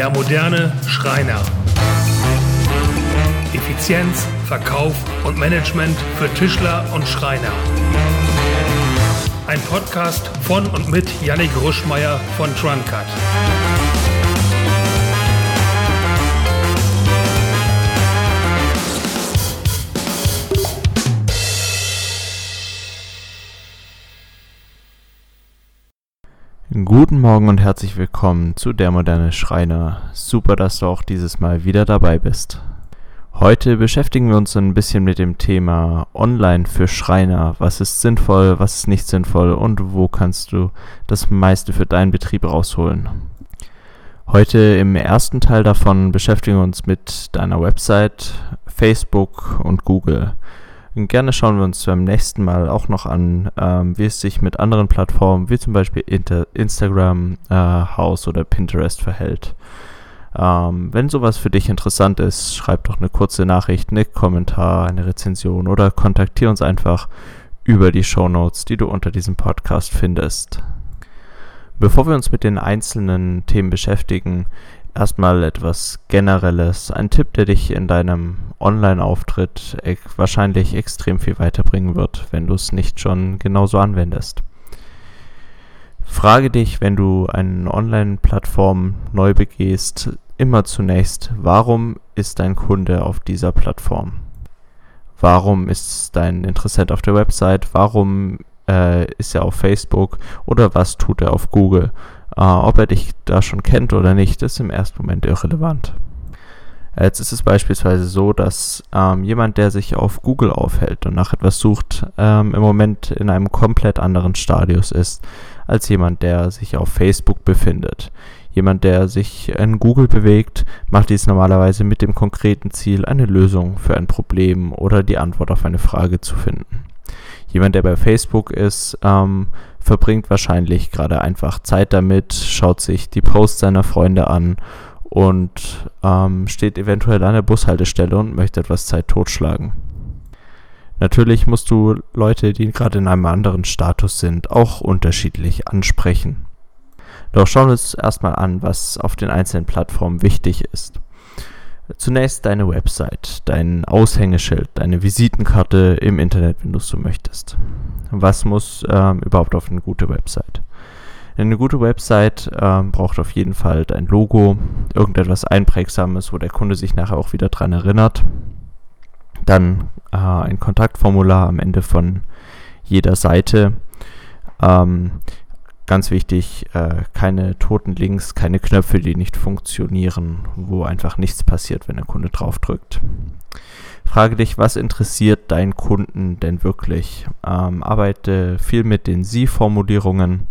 Der moderne Schreiner. Effizienz, Verkauf und Management für Tischler und Schreiner. Ein Podcast von und mit Yannick Ruschmeier von Truncut. Guten Morgen und herzlich willkommen zu Der moderne Schreiner. Super, dass du auch dieses Mal wieder dabei bist. Heute beschäftigen wir uns ein bisschen mit dem Thema Online für Schreiner. Was ist sinnvoll, was ist nicht sinnvoll und wo kannst du das meiste für deinen Betrieb rausholen? Heute im ersten Teil davon beschäftigen wir uns mit deiner Website, Facebook und Google. Und gerne schauen wir uns beim nächsten Mal auch noch an, wie es sich mit anderen Plattformen wie zum Beispiel Instagram, House oder Pinterest verhält. Wenn sowas für dich interessant ist, schreib doch eine kurze Nachricht, einen Kommentar, eine Rezension oder kontaktiere uns einfach über die Shownotes, die du unter diesem Podcast findest. Bevor wir uns mit den einzelnen Themen beschäftigen, erstmal etwas Generelles, ein Tipp, der dich in deinem Online-Auftritt wahrscheinlich extrem viel weiterbringen wird, wenn du es nicht schon genauso anwendest. Frage dich, wenn du eine Online-Plattform neu begehst, immer zunächst, warum ist dein Kunde auf dieser Plattform? Warum ist dein Interessent auf der Website? Warum ist er auf Facebook? Oder was tut er auf Google? Ob er dich da schon kennt oder nicht, ist im ersten Moment irrelevant. Jetzt ist es beispielsweise so, dass jemand, der sich auf Google aufhält und nach etwas sucht, im Moment in einem komplett anderen Stadius ist, als jemand, der sich auf Facebook befindet. Jemand, der sich in Google bewegt, macht dies normalerweise mit dem konkreten Ziel, eine Lösung für ein Problem oder die Antwort auf eine Frage zu finden. Jemand, der bei Facebook ist, verbringt wahrscheinlich gerade einfach Zeit damit, schaut sich die Posts seiner Freunde an und steht eventuell an der Bushaltestelle und möchte etwas Zeit totschlagen. Natürlich musst du Leute, die gerade in einem anderen Status sind, auch unterschiedlich ansprechen. Doch schauen wir uns erstmal an, was auf den einzelnen Plattformen wichtig ist. Zunächst deine Website, dein Aushängeschild, deine Visitenkarte im Internet, wenn du es so möchtest. Was muss überhaupt auf eine gute Website? Eine gute Website braucht auf jeden Fall dein Logo, irgendetwas Einprägsames, wo der Kunde sich nachher auch wieder dran erinnert. Dann ein Kontaktformular am Ende von jeder Seite. Ganz wichtig, keine toten Links, keine Knöpfe, die nicht funktionieren, wo einfach nichts passiert, wenn der Kunde drauf drückt. Frage dich, was interessiert deinen Kunden denn wirklich? Arbeite viel mit den Sie-Formulierungen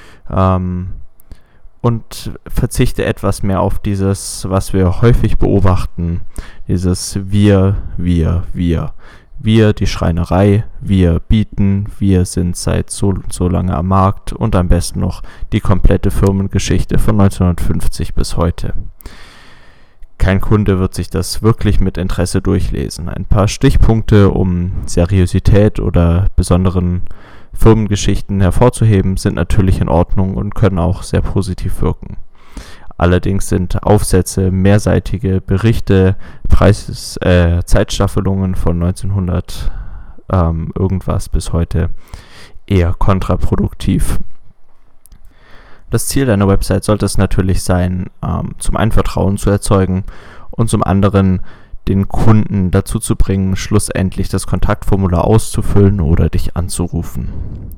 und verzichte etwas mehr auf dieses, was wir häufig beobachten, dieses Wir. Wir, die Schreinerei, wir bieten, wir sind seit so lange am Markt und am besten noch die komplette Firmengeschichte von 1950 bis heute. Kein Kunde wird sich das wirklich mit Interesse durchlesen. Ein paar Stichpunkte, um Seriosität oder besonderen Firmengeschichten hervorzuheben, sind natürlich in Ordnung und können auch sehr positiv wirken. Allerdings sind Aufsätze, mehrseitige Berichte, Zeitstaffelungen von 1900 irgendwas bis heute eher kontraproduktiv. Das Ziel deiner Website sollte es natürlich sein, zum einen Vertrauen zu erzeugen und zum anderen den Kunden dazu zu bringen, schlussendlich das Kontaktformular auszufüllen oder dich anzurufen.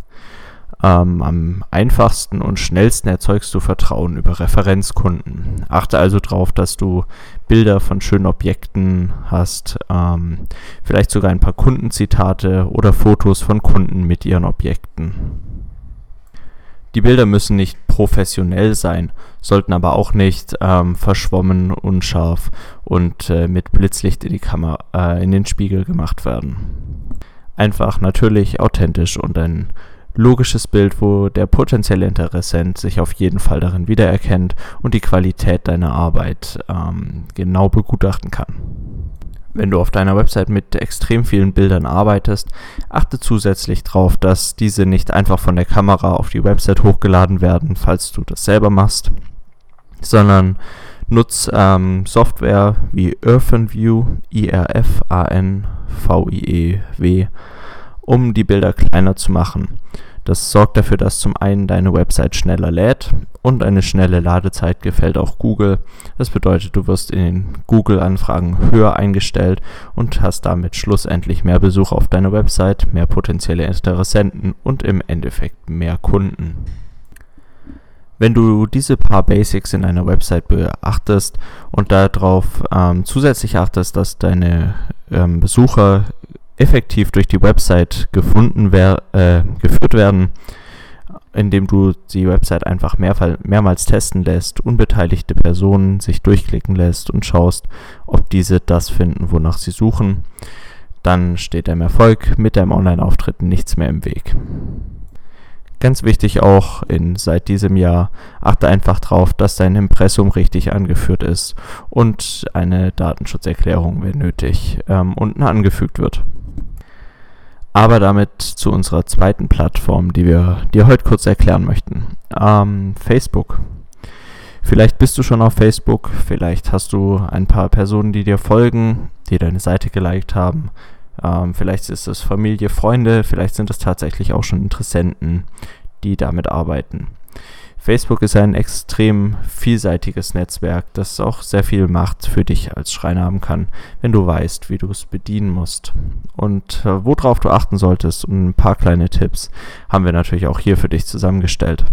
Am einfachsten und schnellsten erzeugst du Vertrauen über Referenzkunden. Achte also darauf, dass du Bilder von schönen Objekten hast, vielleicht sogar ein paar Kundenzitate oder Fotos von Kunden mit ihren Objekten. Die Bilder müssen nicht professionell sein, sollten aber auch nicht verschwommen, unscharf und mit Blitzlicht in die Kamera, in den Spiegel gemacht werden. Einfach natürlich, authentisch und ein logisches Bild, wo der potenzielle Interessent sich auf jeden Fall darin wiedererkennt und die Qualität deiner Arbeit genau begutachten kann. Wenn du auf deiner Website mit extrem vielen Bildern arbeitest, achte zusätzlich darauf, dass diese nicht einfach von der Kamera auf die Website hochgeladen werden, falls du das selber machst, sondern Nutz Software wie IrfanView, IRFANVIEW, um die Bilder kleiner zu machen. Das sorgt dafür, dass zum einen deine Website schneller lädt und eine schnelle Ladezeit gefällt auch Google. Das bedeutet, du wirst in den Google-Anfragen höher eingestellt und hast damit schlussendlich mehr Besucher auf deiner Website, mehr potenzielle Interessenten und im Endeffekt mehr Kunden. Wenn du diese paar Basics in einer Website beachtest und darauf zusätzlich achtest, dass deine Besucher effektiv durch die Website geführt werden, indem du die Website einfach mehrmals testen lässt, unbeteiligte Personen sich durchklicken lässt und schaust, ob diese das finden, wonach sie suchen, dann steht deinem Erfolg mit deinem Online-Auftritt nichts mehr im Weg. Ganz wichtig auch seit diesem Jahr, achte einfach darauf, dass dein Impressum richtig angeführt ist und eine Datenschutzerklärung, wenn nötig, unten angefügt wird. Aber damit zu unserer zweiten Plattform, die wir dir heute kurz erklären möchten. Facebook. Vielleicht bist du schon auf Facebook, vielleicht hast du ein paar Personen, die dir folgen, die deine Seite geliked haben. Vielleicht ist es Familie, Freunde, vielleicht sind es tatsächlich auch schon Interessenten, die damit arbeiten. Facebook ist ein extrem vielseitiges Netzwerk, das auch sehr viel Macht für dich als Schreiner haben kann, wenn du weißt, wie du es bedienen musst. Und worauf du achten solltest und ein paar kleine Tipps haben wir natürlich auch hier für dich zusammengestellt.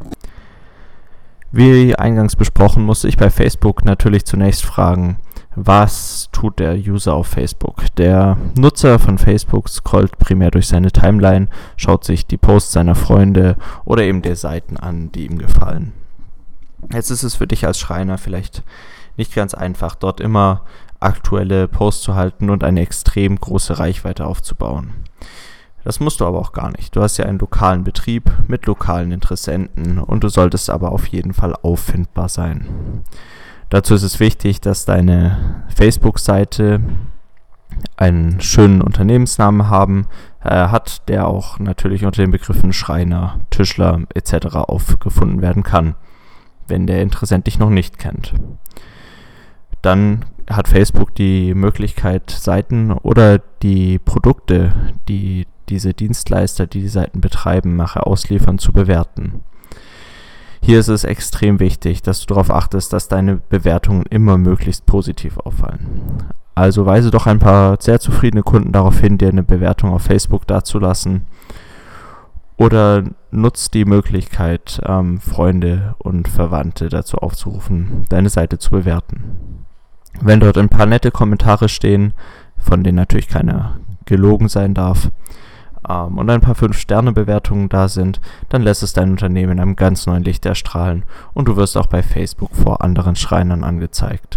Wie eingangs besprochen, musste ich bei Facebook natürlich zunächst fragen, was tut der User auf Facebook? Der Nutzer von Facebook scrollt primär durch seine Timeline, schaut sich die Posts seiner Freunde oder eben der Seiten an, die ihm gefallen. Jetzt ist es für dich als Schreiner vielleicht nicht ganz einfach, dort immer aktuelle Posts zu halten und eine extrem große Reichweite aufzubauen. Das musst du aber auch gar nicht. Du hast ja einen lokalen Betrieb mit lokalen Interessenten und du solltest aber auf jeden Fall auffindbar sein. Dazu ist es wichtig, dass deine Facebook-Seite einen schönen Unternehmensnamen hat, der auch natürlich unter den Begriffen Schreiner, Tischler etc. aufgefunden werden kann, wenn der Interessent dich noch nicht kennt. Dann hat Facebook die Möglichkeit, Seiten oder die Produkte, die diese Dienstleister, die Seiten betreiben, nachher ausliefern, zu bewerten. Hier ist es extrem wichtig, dass du darauf achtest, dass deine Bewertungen immer möglichst positiv auffallen. Also weise doch ein paar sehr zufriedene Kunden darauf hin, dir eine Bewertung auf Facebook dazulassen. Oder nutzt die Möglichkeit, Freunde und Verwandte dazu aufzurufen, deine Seite zu bewerten. Wenn dort ein paar nette Kommentare stehen, von denen natürlich keiner gelogen sein darf, und ein paar 5-Sterne-Bewertungen da sind, dann lässt es dein Unternehmen in einem ganz neuen Licht erstrahlen und du wirst auch bei Facebook vor anderen Schreinern angezeigt.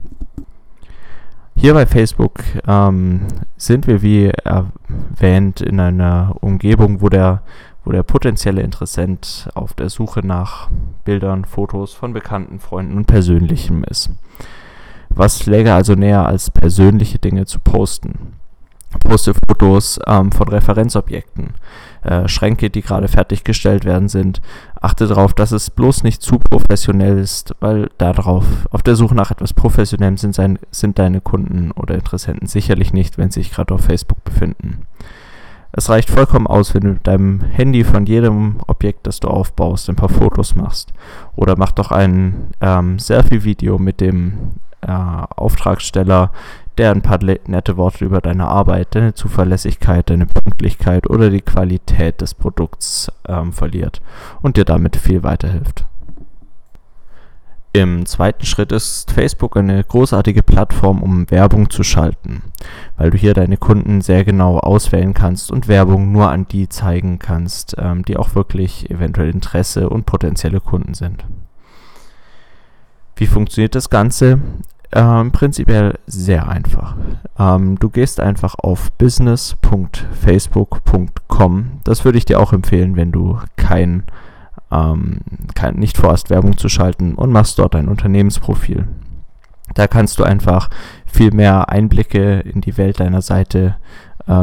Hier bei Facebook sind wir, wie erwähnt, in einer Umgebung, wo der potenzielle Interessent auf der Suche nach Bildern, Fotos von Bekannten, Freunden und Persönlichem ist. Was läge also näher, als persönliche Dinge zu posten? Poste Fotos von Referenzobjekten, Schränke, die gerade fertiggestellt werden sind. Achte darauf, dass es bloß nicht zu professionell ist, weil auf der Suche nach etwas Professionellem sind deine Kunden oder Interessenten sicherlich nicht, wenn sie sich gerade auf Facebook befinden. Es reicht vollkommen aus, wenn du mit deinem Handy von jedem Objekt, das du aufbaust, ein paar Fotos machst. Oder mach doch ein Selfie-Video mit dem Auftragsteller, der ein paar nette Worte über deine Arbeit, deine Zuverlässigkeit, deine Pünktlichkeit oder die Qualität des Produkts verliert und dir damit viel weiterhilft. Im zweiten Schritt ist Facebook eine großartige Plattform, um Werbung zu schalten, weil du hier deine Kunden sehr genau auswählen kannst und Werbung nur an die zeigen kannst, die auch wirklich eventuell Interesse und potenzielle Kunden sind. Wie funktioniert das Ganze? Prinzipiell sehr einfach. Du gehst einfach auf business.facebook.com. Das würde ich dir auch empfehlen, wenn du nicht vorhast, Werbung zu schalten, und machst dort ein Unternehmensprofil. Da kannst du einfach viel mehr Einblicke in die Welt deiner Seite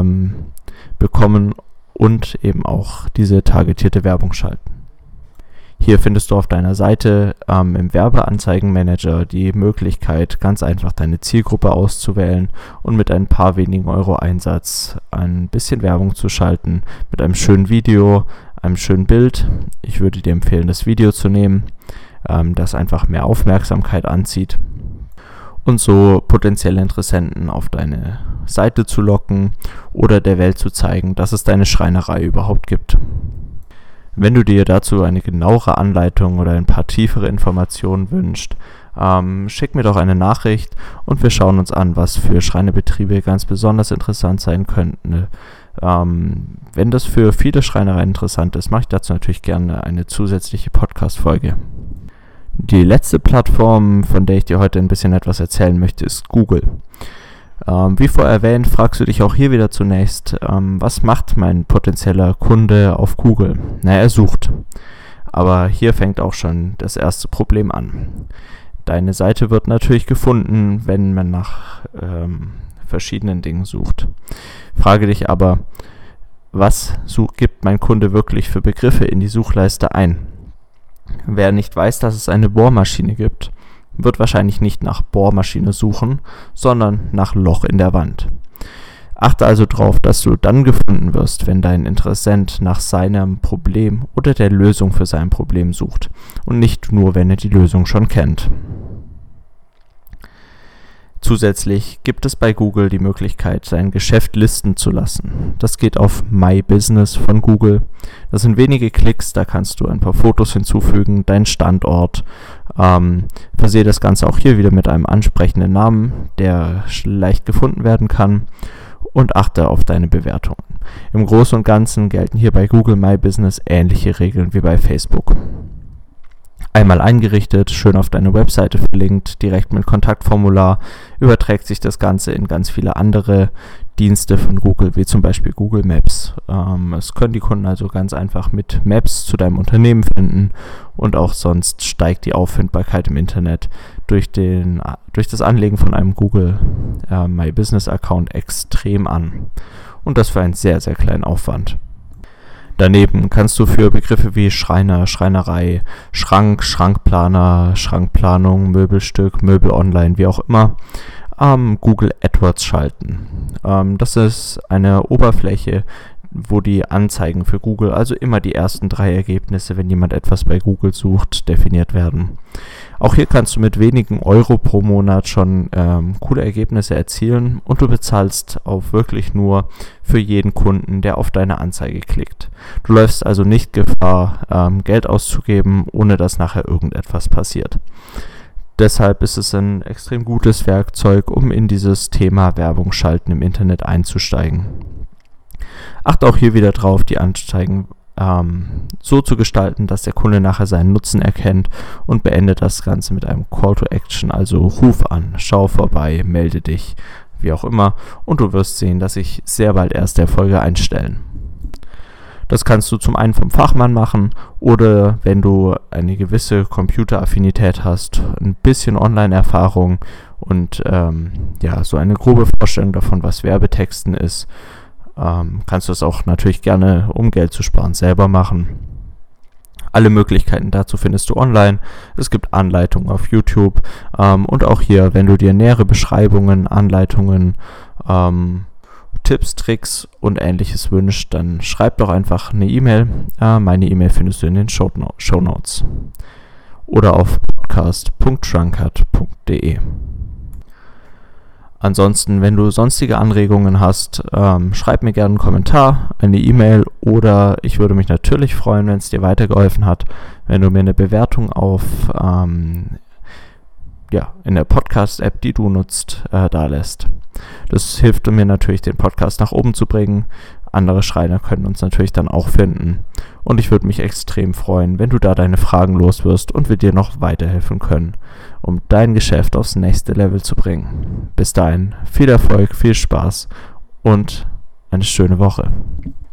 bekommen und eben auch diese targetierte Werbung schalten. Hier findest du auf deiner Seite im Werbeanzeigenmanager die Möglichkeit, ganz einfach deine Zielgruppe auszuwählen und mit ein paar wenigen Euro Einsatz ein bisschen Werbung zu schalten mit einem schönen Video, einem schönen Bild. Ich würde dir empfehlen, das Video zu nehmen, das einfach mehr Aufmerksamkeit anzieht und so potenzielle Interessenten auf deine Seite zu locken oder der Welt zu zeigen, dass es deine Schreinerei überhaupt gibt. Wenn du dir dazu eine genauere Anleitung oder ein paar tiefere Informationen wünschst, schick mir doch eine Nachricht und wir schauen uns an, was für Schreinerbetriebe ganz besonders interessant sein könnten. Wenn das für viele Schreinereien interessant ist, mache ich dazu natürlich gerne eine zusätzliche Podcast-Folge. Die letzte Plattform, von der ich dir heute ein bisschen etwas erzählen möchte, ist Google. Wie vorher erwähnt, fragst du dich auch hier wieder zunächst, was macht mein potenzieller Kunde auf Google? Er sucht. Aber hier fängt auch schon das erste Problem an. Deine Seite wird natürlich gefunden, wenn man nach verschiedenen Dingen sucht. Frage dich aber, was gibt mein Kunde wirklich für Begriffe in die Suchleiste ein? Wer nicht weiß, dass es eine Bohrmaschine gibt, wird wahrscheinlich nicht nach Bohrmaschine suchen, sondern nach Loch in der Wand. Achte also darauf, dass du dann gefunden wirst, wenn dein Interessent nach seinem Problem oder der Lösung für sein Problem sucht und nicht nur, wenn er die Lösung schon kennt. Zusätzlich gibt es bei Google die Möglichkeit, sein Geschäft listen zu lassen. Das geht auf My Business von Google. Das sind wenige Klicks, da kannst du ein paar Fotos hinzufügen, deinen Standort. Versehe das Ganze auch hier wieder mit einem ansprechenden Namen, der leicht gefunden werden kann, und achte auf deine Bewertungen. Im Großen und Ganzen gelten hier bei Google My Business ähnliche Regeln wie bei Facebook. Einmal eingerichtet, schön auf deine Webseite verlinkt, direkt mit Kontaktformular, überträgt sich das Ganze in ganz viele andere Dienste von Google, wie zum Beispiel Google Maps. Es können die Kunden also ganz einfach mit Maps zu deinem Unternehmen finden und auch sonst steigt die Auffindbarkeit im Internet durch das Anlegen von einem Google My Business Account extrem an. Und das für einen sehr, sehr kleinen Aufwand. Daneben kannst du für Begriffe wie Schreiner, Schreinerei, Schrank, Schrankplaner, Schrankplanung, Möbelstück, Möbel online, wie auch immer, Google AdWords schalten. Das ist eine Oberfläche, wo die Anzeigen für Google, also immer die ersten 3 Ergebnisse, wenn jemand etwas bei Google sucht, definiert werden. Auch hier kannst du mit wenigen Euro pro Monat schon coole Ergebnisse erzielen und du bezahlst auch wirklich nur für jeden Kunden, der auf deine Anzeige klickt. Du läufst also nicht Gefahr, Geld auszugeben, ohne dass nachher irgendetwas passiert. Deshalb ist es ein extrem gutes Werkzeug, um in dieses Thema Werbung schalten im Internet einzusteigen. Achte auch hier wieder drauf, die Anzeigen so zu gestalten, dass der Kunde nachher seinen Nutzen erkennt und beendet das Ganze mit einem Call to Action, also ruf an, schau vorbei, melde dich, wie auch immer, und du wirst sehen, dass sich sehr bald erste Erfolge einstellen. Das kannst du zum einen vom Fachmann machen oder wenn du eine gewisse Computeraffinität hast, ein bisschen Online-Erfahrung und so eine grobe Vorstellung davon, was Werbetexten ist, kannst du es auch natürlich gerne, um Geld zu sparen, selber machen. Alle Möglichkeiten dazu findest du online. Es gibt Anleitungen auf YouTube und auch hier, wenn du dir nähere Beschreibungen, Anleitungen, Tipps, Tricks und Ähnliches wünschst, dann schreib doch einfach eine E-Mail. Meine E-Mail findest du in den Shownotes oder auf podcast.drunkard.de. Ansonsten, wenn du sonstige Anregungen hast, schreib mir gerne einen Kommentar, eine E-Mail oder ich würde mich natürlich freuen, wenn es dir weitergeholfen hat, wenn du mir eine Bewertung auf in der Podcast-App, die du nutzt, da lässt. Das hilft mir natürlich, den Podcast nach oben zu bringen. Andere Schreiner können uns natürlich dann auch finden. Und ich würde mich extrem freuen, wenn du da deine Fragen los wirst und wir dir noch weiterhelfen können, um dein Geschäft aufs nächste Level zu bringen. Bis dahin, viel Erfolg, viel Spaß und eine schöne Woche.